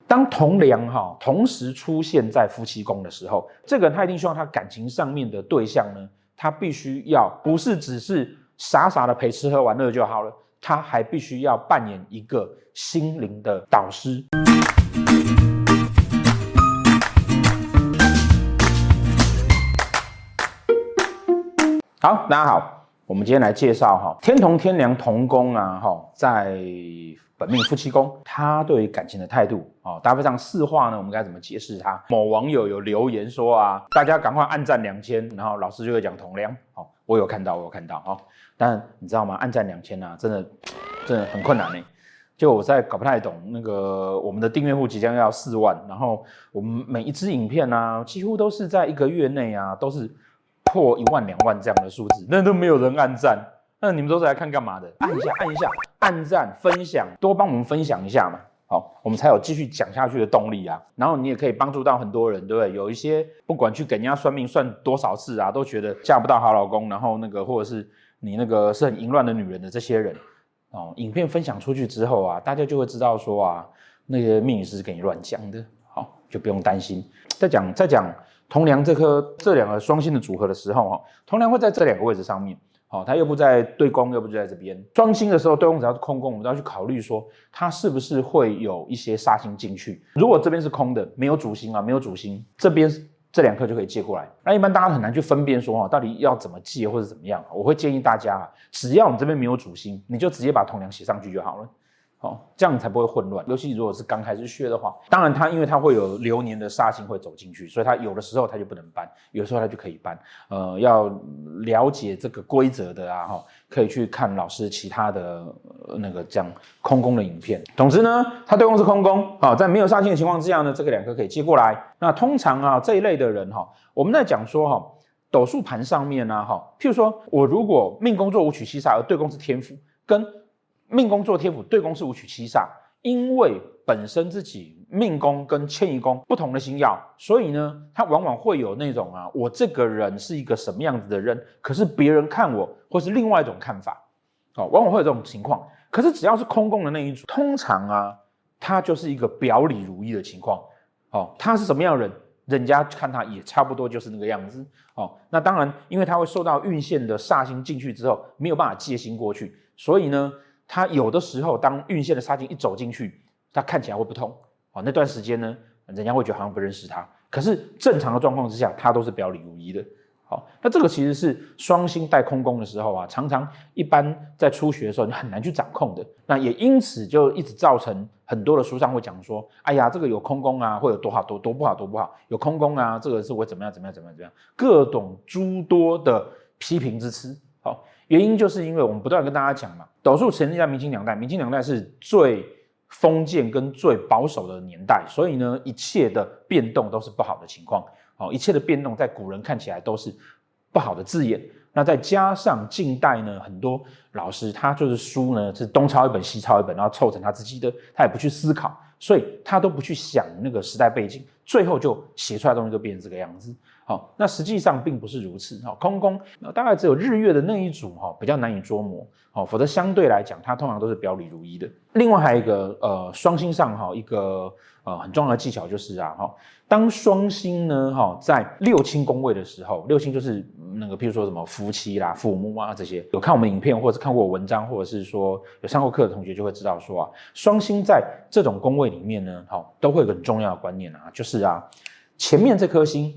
当同梁同时出现在夫妻宫的时候，这个人他一定希望他感情上面的对象呢，他必须要不是只是傻傻的陪吃喝玩乐就好了，他还必须要扮演一个心灵的导师。好，大家好，我们今天来介绍天同天梁同宫啊，在本命夫妻宫，他对于感情的态度搭配上四化呢，我们该怎么解释它？某网友有留言说啊，大家赶快按赞2000，然后老师就会讲同梁。我有看到但你知道吗？按赞2000啊，真的很困难呢。就我在搞不太懂那个我们的订阅户即将要4万，然后我们每一支影片啊，几乎都是在1个月内啊，都是破1万2万这样的数字，那都没有人按赞，那你们都是来看干嘛的？按一下，按赞分享，多帮我们分享一下嘛，好，我们才有继续讲下去的动力啊。然后你也可以帮助到很多人，对不对？有一些不管去给人家算命算多少次啊，都觉得嫁不到好老公，然后或者是你是很淫乱的女人的这些人，影片分享出去之后啊，大家就会知道说啊，那些命理师给你乱讲的，好，就不用担心。再讲同梁这两个双星的组合的时候，同梁会在这两个位置上面，它又不在对宫，又不在这边。双星的时候，对宫只要是空宫，我们都要去考虑说，它是不是会有一些煞星进去。如果这边是空的，没有主星，这边这2颗就可以借过来。那一般大家很难去分辨说，到底要怎么借或者怎么样。我会建议大家，只要你这边没有主星，你就直接把同梁写上去就好了。这样才不会混乱。尤其如果是刚开始学的话，当然因为它会有流年的煞星会走进去，所以它有的时候它就不能搬，有的时候它就可以搬。要了解这个规则的啊，可以去看老师其他的这样空宫的影片。总之呢，它对宫是空宫，在没有煞星的情况之下呢，这个2颗可以接过来。那通常啊这一类的人我们在讲说斗数盘上面啊譬如说我如果命宫做武曲七煞，而对宫是天府，跟命宫做天府，对宫是武曲七煞，因为本身自己命宫跟迁移宫不同的星曜，所以呢，它往往会有那种啊，我这个人是一个什么样子的人，可是别人看我或是另外一种看法，往往会有这种情况。可是只要是空宫的那一组，通常啊，他就是一个表里如一的情况，他是什么样的人，人家看他也差不多就是那个样子，那当然，因为他会受到运线的煞星进去之后，没有办法借星过去，所以呢。他有的时候，当运线的煞星一走进去，他看起来会不同。那段时间呢，人家会觉得好像不认识他。可是正常的状况之下，他都是表里如一的。那这个其实是双星带空宫的时候啊，常常一般在初学的时候你很难去掌控的。那也因此就一直造成很多的书上会讲说，哎呀，这个有空宫啊，会有多好多不好，有空宫啊，这个是会怎么样，各种诸多的批评之词。原因就是因为我们不断跟大家讲嘛，斗数成立在明清两代是最封建跟最保守的年代，所以呢，一切的变动都是不好的情况，一切的变动在古人看起来都是不好的字眼。那再加上近代呢，很多老师他就是书呢是东抄一本西抄一本，然后凑成他自己的，他也不去思考，所以他都不去想那个时代背景，最后就写出来的东西就变成这个样子。那实际上并不是如此，空宫大概只有日月的那一组比较难以捉摸，否则相对来讲它通常都是表里如一的。另外还有一个双星上一个很重要的技巧就是啊当双星呢在六亲宫位的时候，六亲就是譬如说什么夫妻啦、父母啊这些，有看我们影片或者是看过我文章，或者是说有上过课的同学就会知道说啊，双星在这种宫位里面呢都会有个很重要的观念啊，就是啊前面这颗星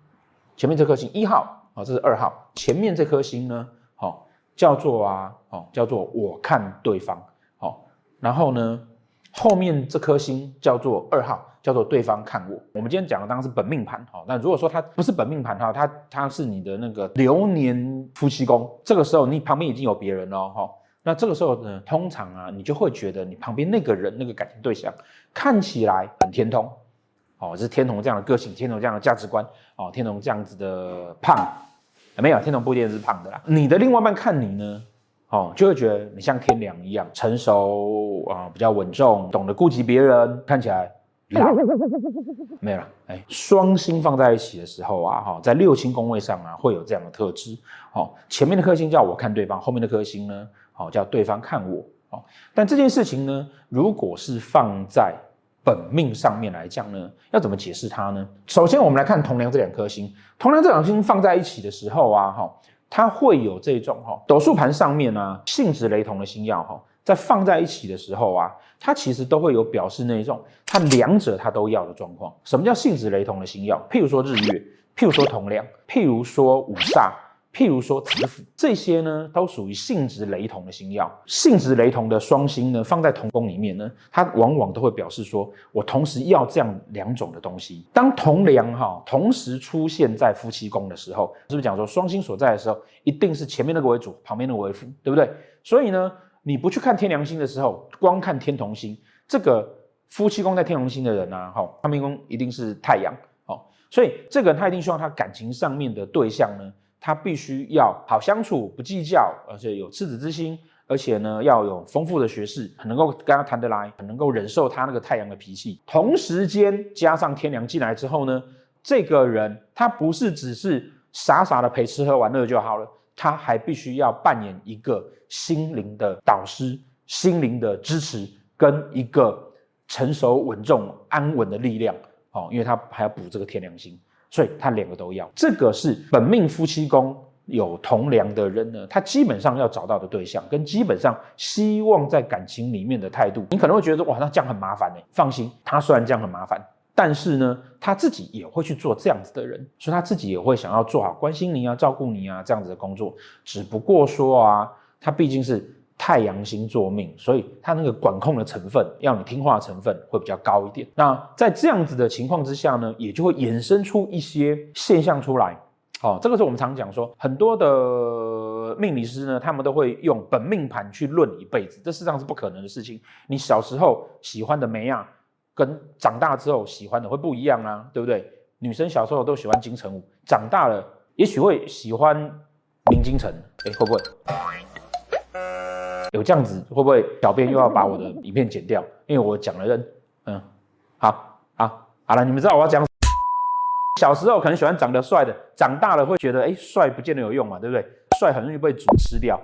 1号，这是2号，前面这颗星呢叫做我看对方，然后呢后面这颗星叫做2号，叫做对方看我。我们今天讲的当然是本命盘，那如果说它不是本命盘的话，它是你的那个流年夫妻宫，这个时候你旁边已经有别人了，那这个时候呢，通常啊你就会觉得你旁边那个人那个感情对象看起来很天同，是天同这样的个性，天同这样的价值观，天同这样子的胖，没有，天同不一定是胖的啦。你的另外一半看你呢，就会觉得你像天梁一样成熟比较稳重，懂得顾及别人，看起来没有啦。双星放在一起的时候啊，在六亲宫位上啊会有这样的特质。前面的颗星叫我看对方，后面的颗星呢，叫对方看我。但这件事情呢，如果是放在本命上面来讲呢，要怎么解释它呢？首先我们来看同梁这2颗星，同梁这2颗星放在一起的时候啊，它会有这种斗数盘上面啊性质雷同的星曜在放在一起的时候啊，它其实都会有表示那种它2者它都要的状况。什么叫性质雷同的星曜？譬如说日月，譬如说同梁，譬如说五煞，譬如说子府，这些呢都属于性质雷同的星曜。性质雷同的双星呢，放在同宫里面呢，它往往都会表示说，我同时要这样2种的东西。当同梁同时出现在夫妻宫的时候，是不是讲说双星所在的时候，一定是前面那个为主，旁边那个为辅，对不对？所以呢，你不去看天梁星的时候，光看天同星，这个夫妻宫在天同星的人啊，他命宫一定是太阳，所以这个人他一定希望他感情上面的对象呢，他必须要好相处，不计较，而且有赤子之心，而且呢要有丰富的学识，很能够跟他谈得来，很能够忍受他那个太阳的脾气。同时间加上天梁进来之后呢，这个人他不是只是傻傻的陪吃喝玩乐就好了，他还必须要扮演一个心灵的导师、心灵的支持，跟一个成熟稳重、安稳的力量。因为他还要补这个天梁星，所以他2个都要。这个是本命夫妻宫有同梁的人呢，他基本上要找到的对象，跟基本上希望在感情里面的态度。你可能会觉得哇，那这样很麻烦欸。放心，他虽然这样很麻烦，但是呢，他自己也会去做这样子的人，所以他自己也会想要做好关心你啊、照顾你啊这样子的工作。只不过说啊，他毕竟是太阳星坐命，所以它那个管控的成分，要你听话的成分会比较高一点。那在这样子的情况之下呢，也就会衍生出一些现象出来。这个是我们常讲说，很多的命理师呢，他们都会用本命盘去论一辈子，这事实上是不可能的事情。你小时候喜欢的妹啊，跟长大之后喜欢的会不一样啊，对不对？女生小时候都喜欢金城武，长大了也许会喜欢林金城，会不会？有这样子会不会小编又要把我的影片剪掉？因为我讲了好了，你们知道我要讲。小时候可能喜欢长得帅的，长大了会觉得帅不见得有用嘛，对不对？帅很容易被煮吃掉。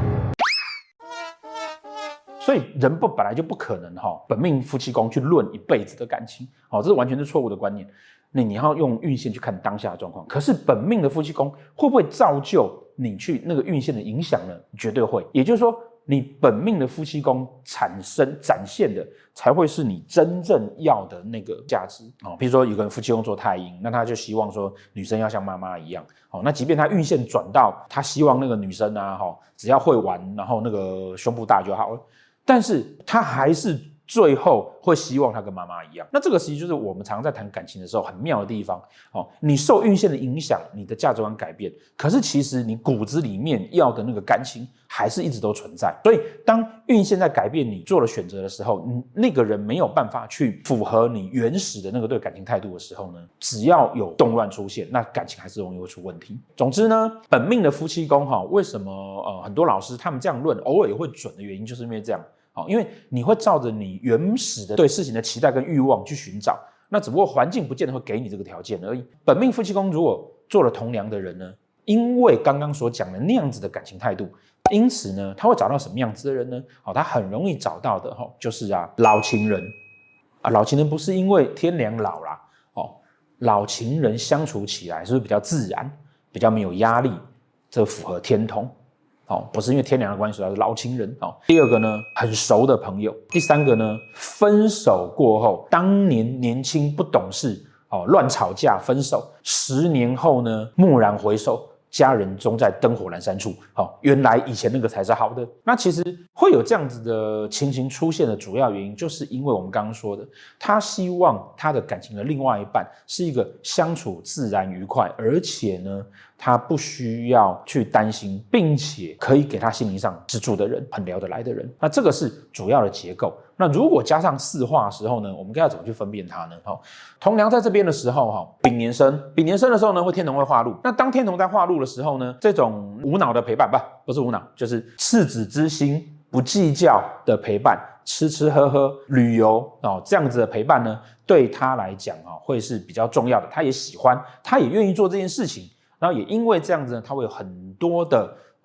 所以人本来就不可能本命夫妻宫去论一辈子的感情，这是完全是错误的观念。你要用运线去看当下的状况，可是本命的夫妻宫会不会造就你去那个运线的影响呢？绝对会。也就是说，你本命的夫妻宫展现的才会是你真正要的那个价值。比如说有个人夫妻宫做太阴，那他就希望说女生要像妈妈一样。那即便他运线转到他希望那个女生啊，只要会玩，然后那个胸部大就好了，但是他还是最后会希望他跟妈妈一样。那这个其实就是我们常常在谈感情的时候很妙的地方。你受运线的影响，你的价值观改变，可是其实你骨子里面要的那个感情还是一直都存在。所以当运线在改变，你做了选择的时候，那个人没有办法去符合你原始的那个对感情态度的时候呢，只要有动乱出现，那感情还是容易会出问题。总之呢，本命的夫妻宫为什么很多老师他们这样论偶尔也会准的原因，就是因为这样。因为你会照着你原始的对事情的期待跟欲望去寻找，那只不过环境不见得会给你这个条件而已。本命夫妻宫如果做了同梁的人呢，因为刚刚所讲的那样子的感情态度，因此呢，他会找到什么样子的人呢？他很容易找到的就是老情人老情人不是因为天梁老啦，老情人相处起来是不是比较自然，比较没有压力，这符合天同。不是因为天梁的关系，而是老情人。第二个呢，很熟的朋友。第三个呢，分手过后，当年年轻不懂事，乱吵架分手，10年后呢，蓦然回首，家人终在灯火阑珊处。原来以前那个才是好的。那其实会有这样子的情形出现的主要原因，就是因为我们刚刚说的，他希望他的感情的另外一半是一个相处自然愉快，而且呢，他不需要去担心，并且可以给他心灵上支柱的人，很聊得来的人。那这个是主要的结构。那如果加上四化的时候呢，我们该要怎么去分辨它呢？同梁在这边的时候，丙年生的时候呢，天同会化禄。那当天同在化禄的时候呢，这种无脑的陪伴，不是无脑，就是赤子之心，不计较的陪伴，吃吃喝喝、旅游这样子的陪伴呢，对他来讲会是比较重要的。他也喜欢，他也愿意做这件事情。然后也因为这样子呢，他会有很多的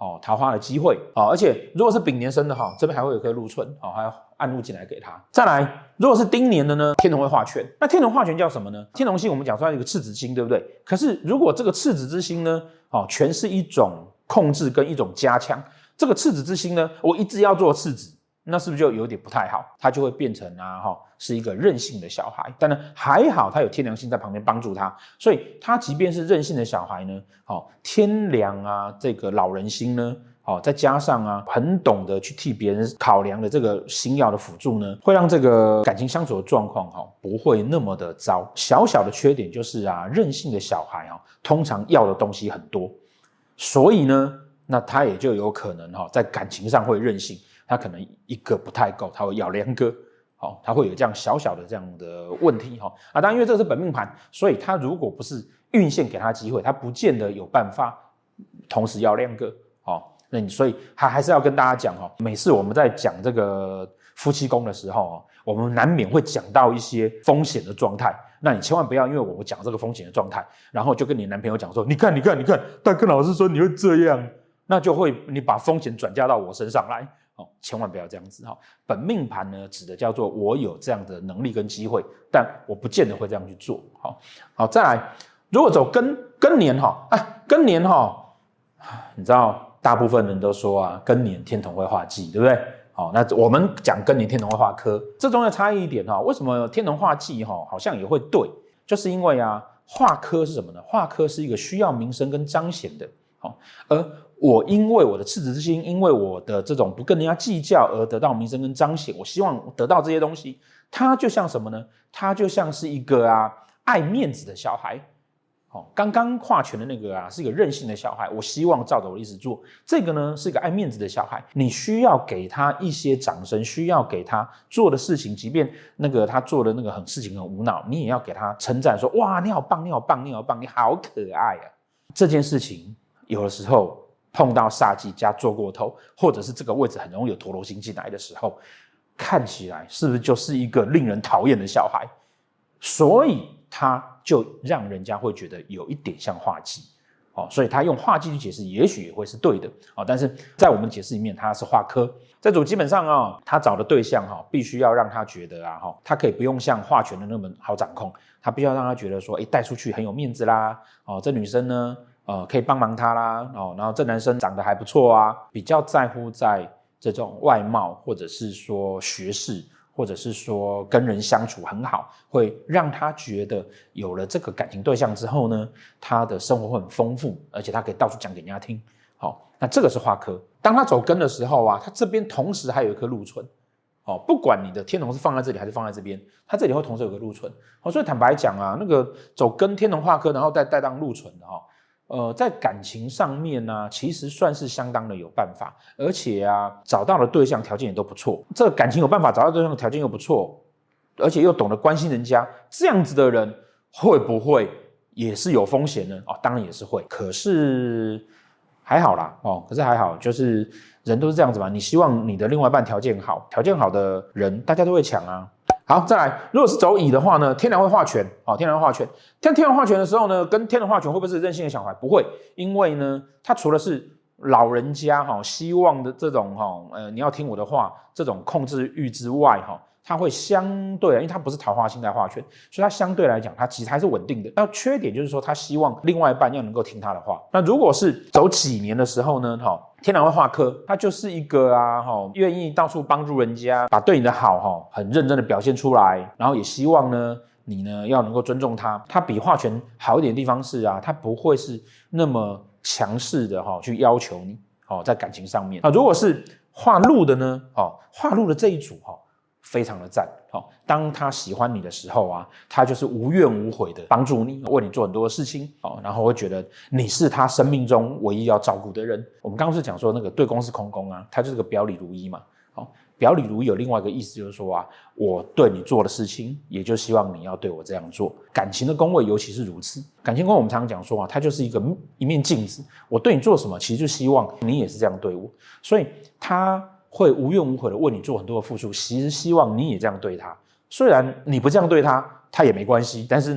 桃花的机会而且如果是丙年生的这边还会有一颗禄存还要暗入进来给他。再来，如果是丁年的呢，天同会化权。那天同化权叫什么呢？天同星我们讲说它一个赤子星，对不对？可是如果这个赤子之星呢，全是一种控制跟一种加强。这个赤子之星呢，我一直要做赤子，那是不是就有点不太好？它就会变成是一个任性的小孩。但呢，还好他有天梁星在旁边帮助他，所以他即便是任性的小孩呢，天梁这个老人星呢，再加上很懂得去替别人考量的这个星曜的辅助呢，会让这个感情相处的状况不会那么的糟。小小的缺点就是任性的小孩通常要的东西很多，所以呢，那他也就有可能在感情上会任性，他可能一个不太够，他会要2个。他会有这样小小的这样的问题当然因为这个是本命盘，所以他如果不是运线给他机会，他不见得有办法同时要2个那所以还是要跟大家讲每次我们在讲这个夫妻宫的时候我们难免会讲到一些风险的状态，那你千万不要因为我讲这个风险的状态，然后就跟你男朋友讲说，你看，但跟老师说你会这样，那就会你把风险转嫁到我身上来。千万不要这样子本命盘呢，指的叫做我有这样的能力跟机会，但我不见得会这样去做。好，再来，如果走庚年庚年你知道大部分人都说庚年天同会化忌，对不对？那我们讲庚年天同会化科，这中的差异一点为什么天同化忌好像也会对？就是因为化科是什么呢？化科是一个需要名声跟彰显的而我因为我的赤子之心，因为我的这种不跟人家计较而得到名声跟彰显，我希望得到这些东西，它就像什么呢？它就像是一个爱面子的小孩。刚刚化权的那个是一个任性的小孩，我希望照着我的意思做。这个呢是一个爱面子的小孩，你需要给他一些掌声，需要给他做的事情，即便那个他做的那个事情很无脑，你也要给他称赞，说哇你好棒，你好棒，你好棒，你好可爱这件事情有的时候碰到煞忌加做过头，或者是这个位置很容易有陀罗星进来的时候，看起来是不是就是一个令人讨厌的小孩？所以他就让人家会觉得有一点像化忌所以他用化忌去解释也许也会是对的但是在我们的解释里面他是化科。这组基本上他找的对象必须要让他觉得他可以不用像化权的那么好掌控，他必须要让他觉得说带出去很有面子啦这女生呢可以帮忙他啦然后这男生长得还不错比较在乎在这种外貌或者是说学识，或者是说跟人相处很好，会让他觉得有了这个感情对象之后呢，他的生活会很丰富，而且他可以到处讲给人家听那这个是化科。当他走庚的时候他这边同时还有一颗禄存不管你的天同是放在这里还是放在这边，他这里会同时有个禄存所以坦白讲那个走庚天同化科然后再带当禄存的在感情上面其实算是相当的有办法，而且找到的对象条件也都不错。这个感情有办法找到对象的条件又不错，而且又懂得关心人家，这样子的人会不会也是有风险呢？当然也是会，可是还好啦可是还好，就是人都是这样子嘛。你希望你的另外一半条件好，条件好的人大家都会抢好，再来，如果是走乙的话呢，天梁会化权天梁会化权。天梁化权的时候呢，跟天梁化权会不会是任性的小孩？不会，因为呢，他除了是老人家希望的这种你要听我的话这种控制欲之外他会相对因为他不是桃花星在化权，所以他相对来讲他其实还是稳定的。那缺点就是说他希望另外一半要能够听他的话。那如果是走己年的时候呢天梁会化科，他就是一个愿意到处帮助人家，把对你的好很认真的表现出来，然后也希望呢你呢要能够尊重他。他比化权好一点的地方是他不会是那么强势的去要求你在感情上面。如果是化禄的呢化禄的这一组非常的赞当他喜欢你的时候他就是无怨无悔的帮助你，为你做很多的事情然后会觉得你是他生命中唯一要照顾的人。我们刚刚是讲说那个对宫是空宫他就是个表里如一嘛表里如一有另外一个意思就是说我对你做的事情也就希望你要对我这样做。感情的宫位尤其是如此，感情宫我们常常讲说它就是一面镜子，我对你做什么其实就希望你也是这样对我，所以他会无怨无悔的为你做很多的付出，其实希望你也这样对他。虽然你不这样对他，他也没关系，但是呢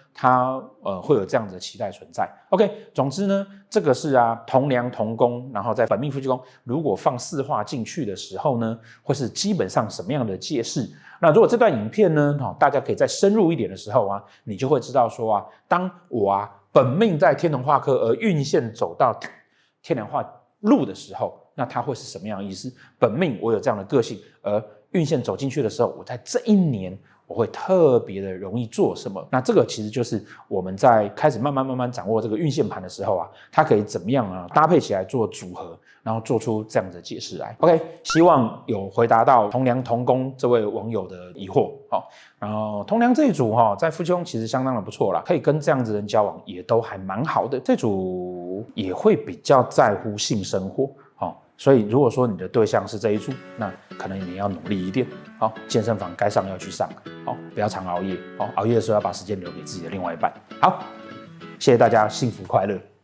它会有这样子的期待存在。OK， 总之呢，这个是同梁同宫，然后在本命夫妻宫，如果放四化进去的时候呢，会是基本上什么样的介势？那如果这段影片呢，大家可以再深入一点的时候你就会知道说当我本命在天同化科而运线走到天梁化禄的时候，那它会是什么样的意思？本命我有这样的个性，而运线走进去的时候，我在这一年我会特别的容易做什么？那这个其实就是我们在开始慢慢掌握这个运线盘的时候它可以怎么样搭配起来做组合，然后做出这样的解释来。OK， 希望有回答到同梁同宫这位网友的疑惑。然后同梁这一组在夫妻宫其实相当的不错啦，可以跟这样子的人交往也都还蛮好的。这组也会比较在乎性生活。所以如果说你的对象是这一组，那可能你要努力一点。健身房该上要去上，不要常熬夜。熬夜的时候要把时间留给自己的另外一半。好，谢谢大家，幸福快乐。